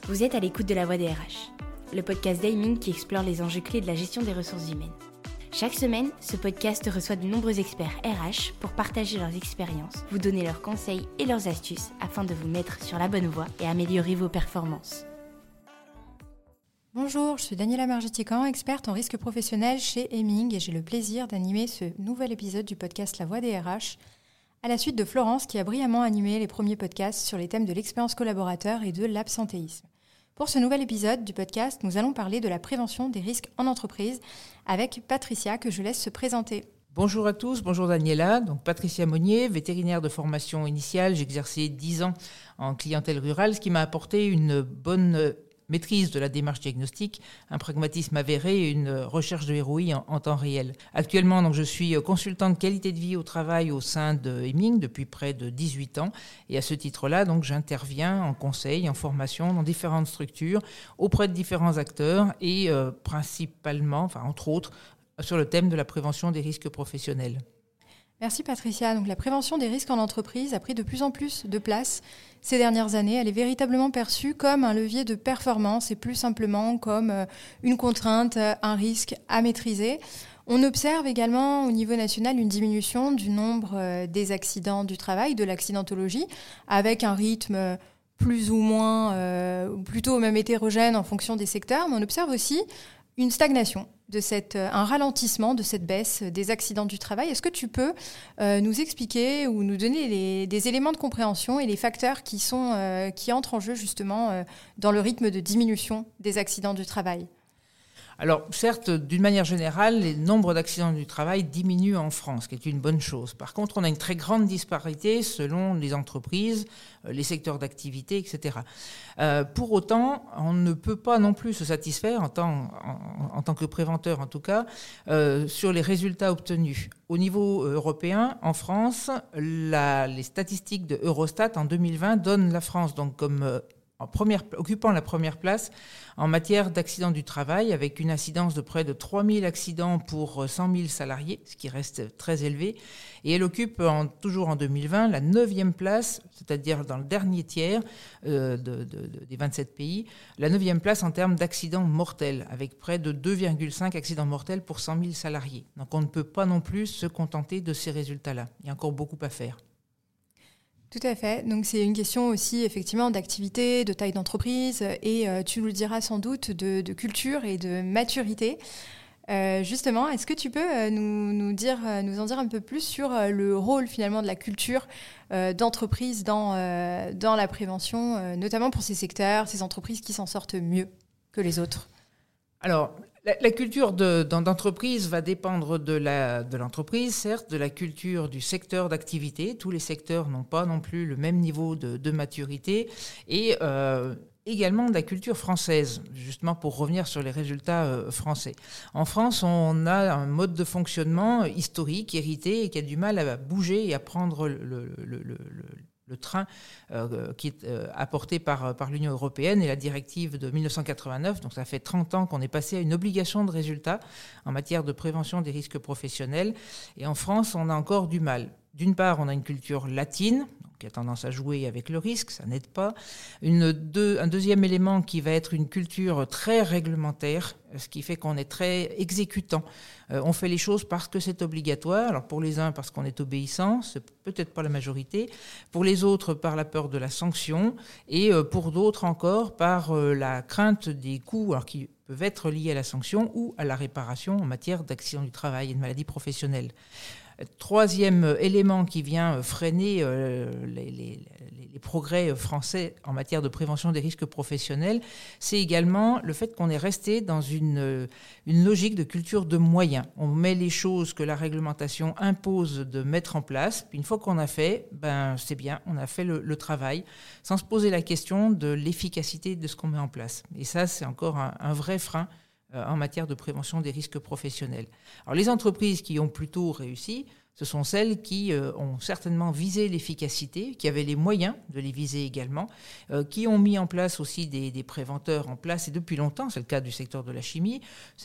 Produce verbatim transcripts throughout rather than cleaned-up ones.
Vous êtes à l'écoute de La Voix des R H, le podcast d'Aiming qui explore les enjeux clés de la gestion des ressources humaines. Chaque semaine, ce podcast reçoit de nombreux experts R H pour partager leurs expériences, vous donner leurs conseils et leurs astuces afin de vous mettre sur la bonne voie et améliorer vos performances. Bonjour, je suis Daniela Margetican, experte en risque professionnel chez Aiming et j'ai le plaisir d'animer ce nouvel épisode du podcast La Voix des R H à la suite de Florence qui a brillamment animé les premiers podcasts sur les thèmes de l'expérience collaborateur et de l'absentéisme. Pour ce nouvel épisode du podcast, nous allons parler de la prévention des risques en entreprise avec Patricia que je laisse se présenter. Bonjour à tous, bonjour Daniela. Donc Patricia Monnier, vétérinaire de formation initiale. J'ai exercé dix ans en clientèle rurale, ce qui m'a apporté une bonne maîtrise de la démarche diagnostique, un pragmatisme avéré et une recherche de R O I en, en temps réel. Actuellement, donc, je suis consultante qualité de vie au travail au sein de Aiming depuis près de dix-huit ans. Et à ce titre-là, donc, j'interviens en conseil, en formation dans différentes structures, auprès de différents acteurs et euh, principalement, enfin entre autres, sur le thème de la prévention des risques professionnels. Merci Patricia. Donc, la prévention des risques en entreprise a pris de plus en plus de place ces dernières années. Elle est véritablement perçue comme un levier de performance et plus simplement comme une contrainte, un risque à maîtriser. On observe également au niveau national une diminution du nombre des accidents du travail, de l'accidentologie, avec un rythme plus ou moins, euh, plutôt même hétérogène en fonction des secteurs. Mais on observe aussi une stagnation, de cette, un ralentissement de cette baisse des accidents du travail. Est-ce que tu peux euh, nous expliquer ou nous donner les, des éléments de compréhension et les facteurs qui, sont, euh, qui entrent en jeu justement euh, dans le rythme de diminution des accidents du travail ? Alors, certes, d'une manière générale, les nombres d'accidents du travail diminuent en France, ce qui est une bonne chose. Par contre, on a une très grande disparité selon les entreprises, les secteurs d'activité, et cetera. Euh, pour autant, on ne peut pas non plus se satisfaire, en tant, en, en tant que préventeur en tout cas, euh, sur les résultats obtenus. Au niveau européen, en France, la, les statistiques de Eurostat en deux mille vingt donnent la France donc comme euh, en première, occupant la première place en matière d'accidents du travail, avec une incidence de près de trois mille accidents pour cent mille salariés, ce qui reste très élevé. Et elle occupe en, toujours en deux mille vingt la neuvième place, c'est-à-dire dans le dernier tiers euh, de, de, de, des vingt-sept pays, la neuvième place en termes d'accidents mortels, avec près de deux virgule cinq accidents mortels pour cent mille salariés. Donc on ne peut pas non plus se contenter de ces résultats-là. Il y a encore beaucoup à faire. Tout à fait. Donc, c'est une question aussi, effectivement, d'activité, de taille d'entreprise et, euh, tu nous le diras sans doute, de, de culture et de maturité. Euh, justement, est-ce que tu peux euh, nous, nous, dire, euh, nous en dire un peu plus sur euh, le rôle, finalement, de la culture euh, d'entreprise dans, euh, dans la prévention, euh, notamment pour ces secteurs, ces entreprises qui s'en sortent mieux que les autres ? Alors, la, la culture de, dans, d'entreprise va dépendre de, la, de l'entreprise, certes, de la culture du secteur d'activité. Tous les secteurs n'ont pas non plus le même niveau de, de maturité et euh, également de la culture française, justement pour revenir sur les résultats euh, français. En France, on a un mode de fonctionnement historique, hérité, et qui a du mal à bouger et à prendre le, le, le, le, le le train euh, qui est euh, apporté par, par l'Union européenne et la directive de dix-neuf cent quatre-vingt-neuf. Donc ça fait trente ans qu'on est passé à une obligation de résultat en matière de prévention des risques professionnels. Et en France, on a encore du mal. D'une part, on a une culture latine, qui a tendance à jouer avec le risque, ça n'aide pas. Une, deux, un deuxième élément qui va être une culture très réglementaire, ce qui fait qu'on est très exécutant. Euh, on fait les choses parce que c'est obligatoire. Alors pour les uns, parce qu'on est obéissant, c'est peut-être pas la majorité. Pour les autres, par la peur de la sanction. Et euh, pour d'autres encore, par euh, la crainte des coûts, alors qui peuvent être liés à la sanction ou à la réparation en matière d'accident du travail et de maladie professionnelle. Troisième élément qui vient freiner euh, les, les, les progrès français en matière de prévention des risques professionnels, c'est également le fait qu'on est resté dans une, une logique de culture de moyens. On met les choses que la réglementation impose de mettre en place, puis une fois qu'on a fait, ben, c'est bien, on a fait le, le travail, sans se poser la question de l'efficacité de ce qu'on met en place. Et ça, c'est encore un, un vrai frein en matière de prévention des risques professionnels. Alors, les entreprises qui ont plutôt réussi, ce sont celles qui euh, ont certainement visé l'efficacité, qui avaient les moyens de les viser également, euh, qui ont mis en place aussi des, des préventeurs en place, et depuis longtemps, c'est le cas du secteur de la chimie, c'est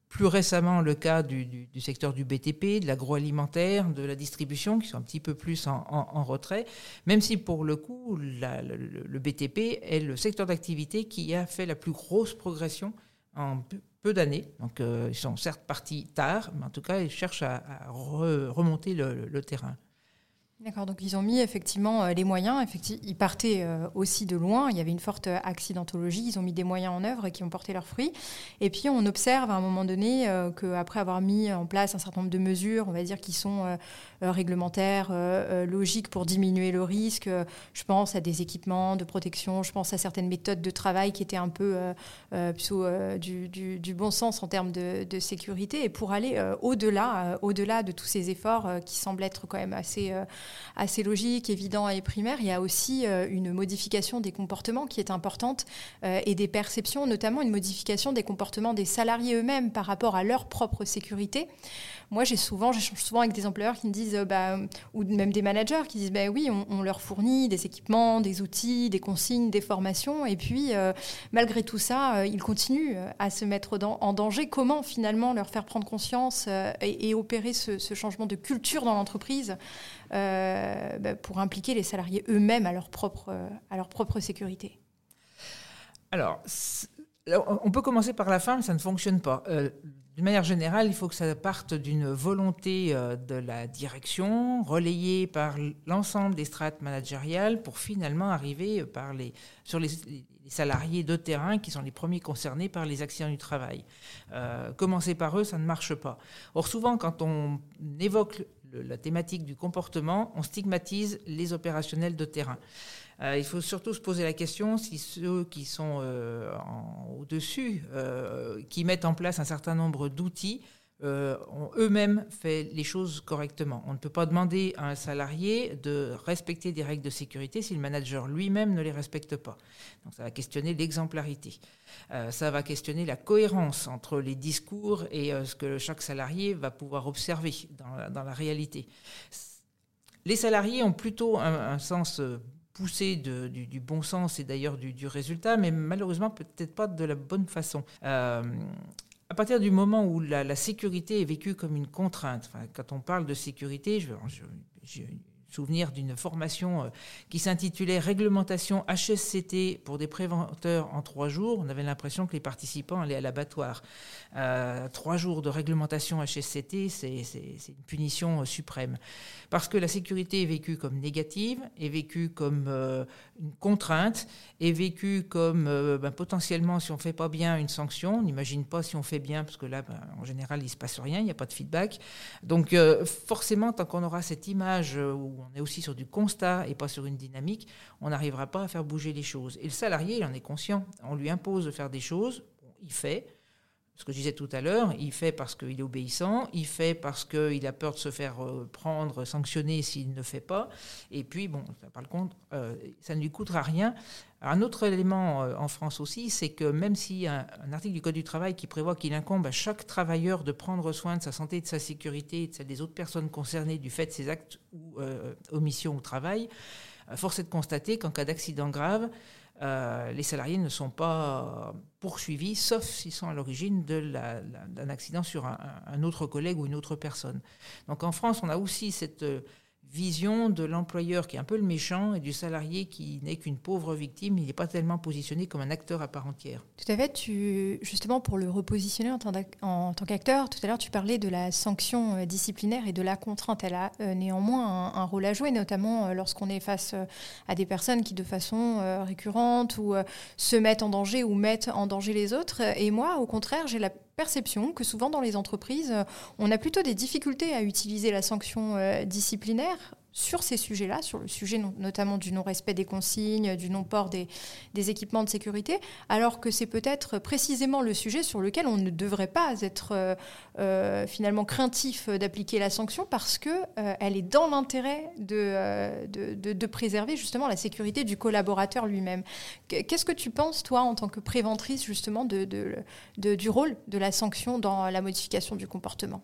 plus récemment le cas du, du, du secteur du B T P, de l'agroalimentaire, de la distribution, qui sont un petit peu plus en, en, en retrait, même si pour le coup, la, le, le B T P est le secteur d'activité qui a fait la plus grosse progression en peu d'années. Donc euh, ils sont certes partis tard, mais en tout cas, ils cherchent à, à re, remonter le, le, le terrain. D'accord, donc ils ont mis effectivement euh, les moyens. Effectivement, ils partaient euh, aussi de loin. Il y avait une forte accidentologie. Ils ont mis des moyens en œuvre qui ont porté leurs fruits. Et puis on observe à un moment donné euh, qu'après avoir mis en place un certain nombre de mesures, on va dire qui sont euh, euh, réglementaires, euh, euh, logiques pour diminuer le risque. Euh, je pense à des équipements de protection. Je pense à certaines méthodes de travail qui étaient un peu euh, euh, plutôt euh, du, du, du bon sens en termes de, de sécurité. Et pour aller euh, au-delà, euh, au-delà de tous ces efforts euh, qui semblent être quand même assez euh, assez logique, évident et primaire, il y a aussi euh, une modification des comportements qui est importante euh, et des perceptions, notamment une modification des comportements des salariés eux-mêmes par rapport à leur propre sécurité. Moi, j'ai souvent, j'échange souvent avec des employeurs qui me disent, euh, bah, ou même des managers qui disent, bah, oui, on, on leur fournit des équipements, des outils, des consignes, des formations, et puis euh, malgré tout ça, euh, ils continuent à se mettre dans, en danger. Comment finalement leur faire prendre conscience euh, et, et opérer ce, ce changement de culture dans l'entreprise euh, bah, pour impliquer les salariés eux-mêmes à leur propre, euh, à leur propre sécurité? Alors, on peut commencer par la fin, mais ça ne fonctionne pas. Euh, D'une manière générale, il faut que ça parte d'une volonté de la direction, relayée par l'ensemble des strates managériales, pour finalement arriver par les, sur les, les salariés de terrain qui sont les premiers concernés par les accidents du travail. Euh, commencer par eux, ça ne marche pas. Or, souvent, quand on évoque le, la thématique du comportement, on stigmatise les opérationnels de terrain. Euh, il faut surtout se poser la question si ceux qui sont euh, en, au-dessus, euh, qui mettent en place un certain nombre d'outils, euh, ont eux-mêmes fait les choses correctement. On ne peut pas demander à un salarié de respecter des règles de sécurité si le manager lui-même ne les respecte pas. Donc ça va questionner l'exemplarité. Euh, ça va questionner la cohérence entre les discours et euh, ce que chaque salarié va pouvoir observer dans la, dans la réalité. Les salariés ont plutôt un, un sens euh, poussé de, du, du bon sens et d'ailleurs du, du résultat, mais malheureusement peut-être pas de la bonne façon. Euh, à partir du moment où la, la sécurité est vécue comme une contrainte, enfin, quand on parle de sécurité, je, je, je souvenir d'une formation euh, qui s'intitulait « Réglementation H S C T pour des préventeurs en trois jours ». On avait l'impression que les participants allaient à l'abattoir. Euh, trois jours de réglementation H S C T, c'est, c'est, c'est une punition euh, suprême. Parce que la sécurité est vécue comme négative, est vécue comme euh, une contrainte, est vécue comme euh, ben, potentiellement, si on ne fait pas bien, une sanction. On n'imagine pas si on fait bien, parce que là, ben, en général, il ne se passe rien, il n'y a pas de feedback. Donc euh, forcément, tant qu'on aura cette image où on est aussi sur du constat et pas sur une dynamique, on n'arrivera pas à faire bouger les choses. Et le salarié, il en est conscient. On lui impose de faire des choses, il fait. Ce que je disais tout à l'heure, il fait parce qu'il est obéissant, il fait parce qu'il a peur de se faire prendre, sanctionner s'il ne fait pas. Et puis, bon, par contre, euh, ça ne lui coûtera rien. Alors, un autre élément euh, en France aussi, c'est que même s'il y a un, un article du Code du travail qui prévoit qu'il incombe à chaque travailleur de prendre soin de sa santé et de sa sécurité et de celle des autres personnes concernées du fait de ses actes ou euh, omissions au travail, euh, force est de constater qu'en cas d'accident grave, Euh, les salariés ne sont pas poursuivis, sauf s'ils sont à l'origine de la, la, d'un accident sur un, un autre collègue ou une autre personne. Donc en France, on a aussi cette vision de l'employeur qui est un peu le méchant et du salarié qui n'est qu'une pauvre victime. Il n'est pas tellement positionné comme un acteur à part entière. Tout à fait. Tu, justement, pour le repositionner en tant, en tant qu'acteur, tout à l'heure, tu parlais de la sanction disciplinaire et de la contrainte. Elle a euh, néanmoins un, un rôle à jouer, notamment euh, lorsqu'on est face euh, à des personnes qui, de façon euh, récurrente, ou euh, se mettent en danger ou mettent en danger les autres. Et moi, au contraire, j'ai la perception que souvent dans les entreprises, on a plutôt des difficultés à utiliser la sanction euh, disciplinaire sur ces sujets-là, sur le sujet no- notamment du non-respect des consignes, du non-port des, des équipements de sécurité, alors que c'est peut-être précisément le sujet sur lequel on ne devrait pas être euh, euh, finalement craintif d'appliquer la sanction parce qu'elle euh, est dans l'intérêt de, euh, de, de, de préserver justement la sécurité du collaborateur lui-même. Qu'est-ce que tu penses, toi, en tant que préventrice justement de, de, de, du rôle de la sanction dans la modification du comportement ?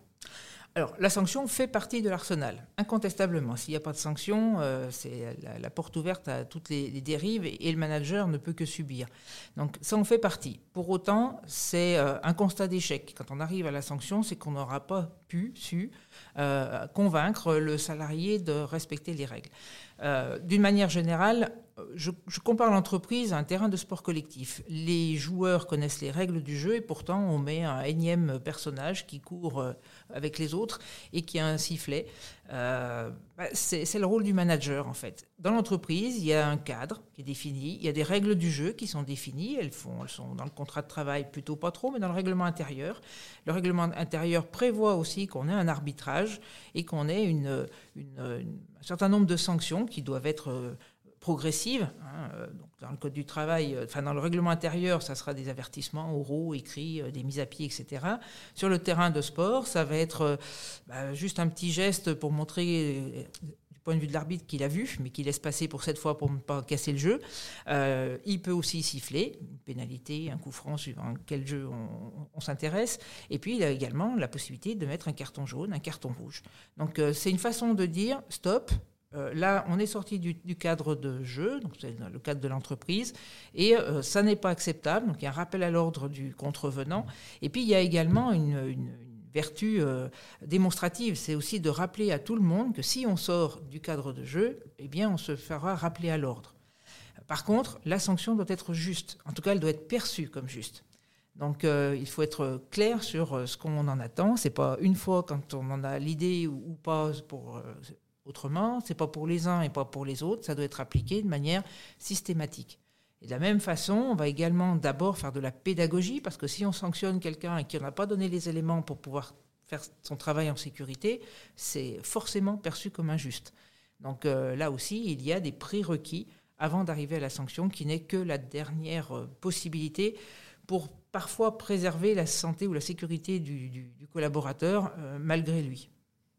Alors, la sanction fait partie de l'arsenal, incontestablement. S'il n'y a pas de sanction, euh, c'est la, la porte ouverte à toutes les, les dérives et, et le manager ne peut que subir. Donc, ça en fait partie. Pour autant, c'est euh, un constat d'échec. Quand on arrive à la sanction, c'est qu'on n'aura pas pu, su, euh, convaincre le salarié de respecter les règles. Euh, d'une manière générale, je, je compare l'entreprise à un terrain de sport collectif. Les joueurs connaissent les règles du jeu et pourtant on met un énième personnage qui court euh, avec les autres et qui a un sifflet. Euh, bah, c'est, c'est le rôle du manager en fait. Dans l'entreprise, il y a un cadre qui est défini, il y a des règles du jeu qui sont définies, elles, font, elles sont dans le contrat de travail plutôt pas trop, mais dans le règlement intérieur. Le règlement intérieur prévoit aussi qu'on ait un arbitrage et qu'on ait une, une, une, un certain nombre de sanctions qui doivent être euh, progressives. Hein, euh, donc dans le code du travail, euh, enfin dans le règlement intérieur, ça sera des avertissements oraux, écrits, euh, des mises à pied, et cetera. Sur le terrain de sport, ça va être euh, bah, juste un petit geste pour montrer, euh, du point de vue de l'arbitre, qu'il a vu, mais qu'il laisse passer pour cette fois pour ne pas casser le jeu. Euh, il peut aussi siffler, une pénalité, un coup franc, suivant quel jeu on, on s'intéresse. Et puis il a également la possibilité de mettre un carton jaune, un carton rouge. Donc euh, c'est une façon de dire stop. Euh, là, on est sorti du, du cadre de jeu, donc c'est le cadre de l'entreprise, et euh, ça n'est pas acceptable. Donc il y a un rappel à l'ordre du contrevenant. Et puis il y a également une, une, une vertu euh, démonstrative, c'est aussi de rappeler à tout le monde que si on sort du cadre de jeu, eh bien on se fera rappeler à l'ordre. Par contre, la sanction doit être juste. En tout cas, elle doit être perçue comme juste. Donc, euh, il faut être clair sur euh, ce qu'on en attend. C'est pas une fois quand on en a l'idée ou, ou pas pour euh, autrement. C'est pas pour les uns et pas pour les autres. Ça doit être appliqué de manière systématique. Et de la même façon, on va également d'abord faire de la pédagogie, parce que si on sanctionne quelqu'un et qui n'a pas donné les éléments pour pouvoir faire son travail en sécurité, c'est forcément perçu comme injuste. Donc euh, là aussi, il y a des prérequis avant d'arriver à la sanction, qui n'est que la dernière euh, possibilité pour parfois préserver la santé ou la sécurité du, du, du collaborateur euh, malgré lui.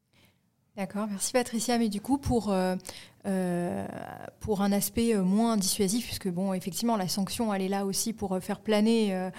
D'accord, merci Patricia. Mais du coup, pour, euh, euh, pour un aspect moins dissuasif, puisque bon, effectivement, la sanction, elle est là aussi pour faire planer euh,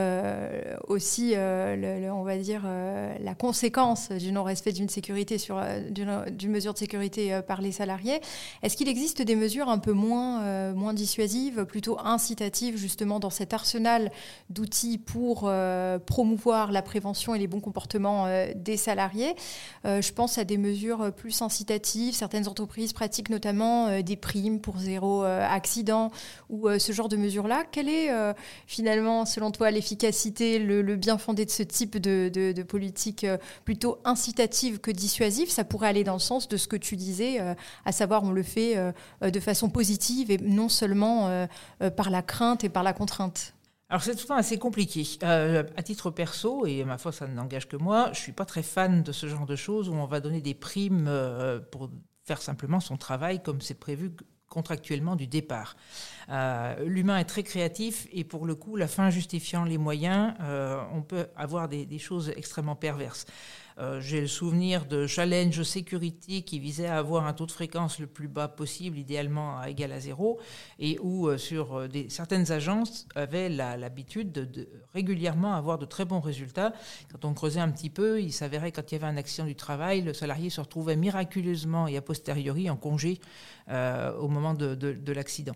euh, aussi, euh, le, le, on va dire, euh, la conséquence du non-respect d'une sécurité sur d'une, d'une mesure de sécurité euh, par les salariés. Est-ce qu'il existe des mesures un peu moins, euh, moins dissuasives, plutôt incitatives, justement, dans cet arsenal d'outils pour euh, promouvoir la prévention et les bons comportements euh, des salariés? euh, Je pense à des mesures plus incitatives. Certaines entreprises pratiquent notamment euh, des primes pour zéro euh, accident ou euh, ce genre de mesures-là. Quelle est euh, finalement, selon toi, l'efficacité, le, le bien fondé de ce type de, de, de politique euh, plutôt incitative que dissuasive? Ça pourrait aller dans le sens de ce que tu disais, euh, à savoir on le fait euh, de façon positive et non seulement euh, euh, par la crainte et par la contrainte. Alors c'est tout le temps assez compliqué. Euh, à titre perso, et ma foi ça n'engage que moi, je suis pas très fan de ce genre de choses où on va donner des primes euh, pour faire simplement son travail comme c'est prévu contractuellement du départ. Euh, l'humain est très créatif et pour le coup, la fin justifiant les moyens, euh, on peut avoir des, des choses extrêmement perverses. Euh, j'ai le souvenir de Challenge Security qui visait à avoir un taux de fréquence le plus bas possible, idéalement à égal à zéro, et où euh, sur des, certaines agences avaient la, l'habitude de, de régulièrement avoir de très bons résultats. Quand on creusait un petit peu, il s'avérait quand il y avait un accident du travail, le salarié se retrouvait miraculeusement et a posteriori en congé euh, au moment de, de, de l'accident.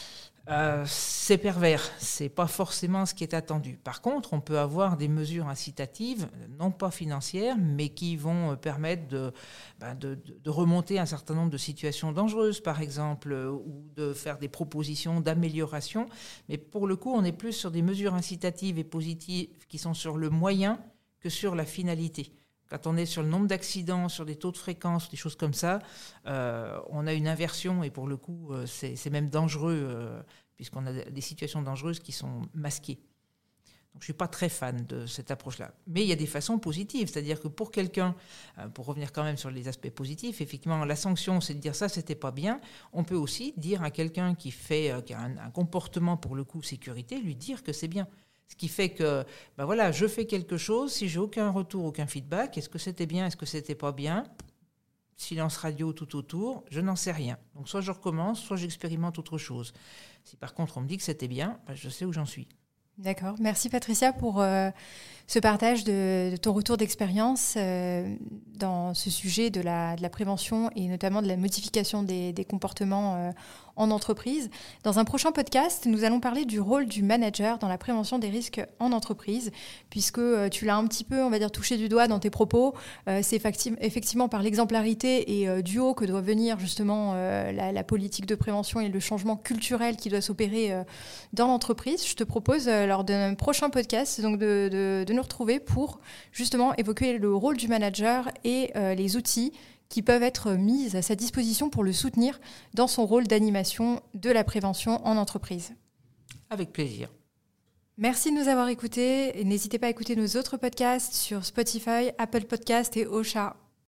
Euh, c'est pervers, c'est pas forcément ce qui est attendu. Par contre, on peut avoir des mesures incitatives, non pas financières, mais qui vont permettre de, ben de, de remonter un certain nombre de situations dangereuses, par exemple, ou de faire des propositions d'amélioration. Mais pour le coup, on est plus sur des mesures incitatives et positives qui sont sur le moyen que sur la finalité. Quand on est sur le nombre d'accidents, sur des taux de fréquence, des choses comme ça, euh, on a une inversion et pour le coup, euh, c'est, c'est même dangereux euh, puisqu'on a des situations dangereuses qui sont masquées. Donc, je ne suis pas très fan de cette approche-là. Mais il y a des façons positives, c'est-à-dire que pour quelqu'un, euh, pour revenir quand même sur les aspects positifs, effectivement, la sanction, c'est de dire ça, c'était pas bien. On peut aussi dire à quelqu'un qui, fait, euh, qui a un, un comportement, pour le coup, sécurité, lui dire que c'est bien. Ce qui fait que, ben voilà, je fais quelque chose, si j'ai aucun retour, aucun feedback, est-ce que c'était bien, est-ce que c'était pas bien? Silence radio tout autour, je n'en sais rien. Donc soit je recommence, soit j'expérimente autre chose. Si par contre on me dit que c'était bien, ben je sais où j'en suis. D'accord. Merci Patricia pour euh, ce partage de, de ton retour d'expérience euh, dans ce sujet de la, de la prévention et notamment de la modification des, des comportements euh, en entreprise. Dans un prochain podcast, nous allons parler du rôle du manager dans la prévention des risques en entreprise, puisque euh, tu l'as un petit peu, on va dire, touché du doigt dans tes propos. Euh, c'est effecti- effectivement par l'exemplarité et euh, du haut que doit venir justement euh, la, la politique de prévention et le changement culturel qui doit s'opérer euh, dans l'entreprise. Je te propose, euh, lors d'un prochain podcast, donc de, de, de nous retrouver pour justement évoquer le rôle du manager et euh, les outils qui peuvent être mis à sa disposition pour le soutenir dans son rôle d'animation de la prévention en entreprise. Avec plaisir. Merci de nous avoir écoutés. Et n'hésitez pas à écouter nos autres podcasts sur Spotify, Apple Podcasts et Ocha.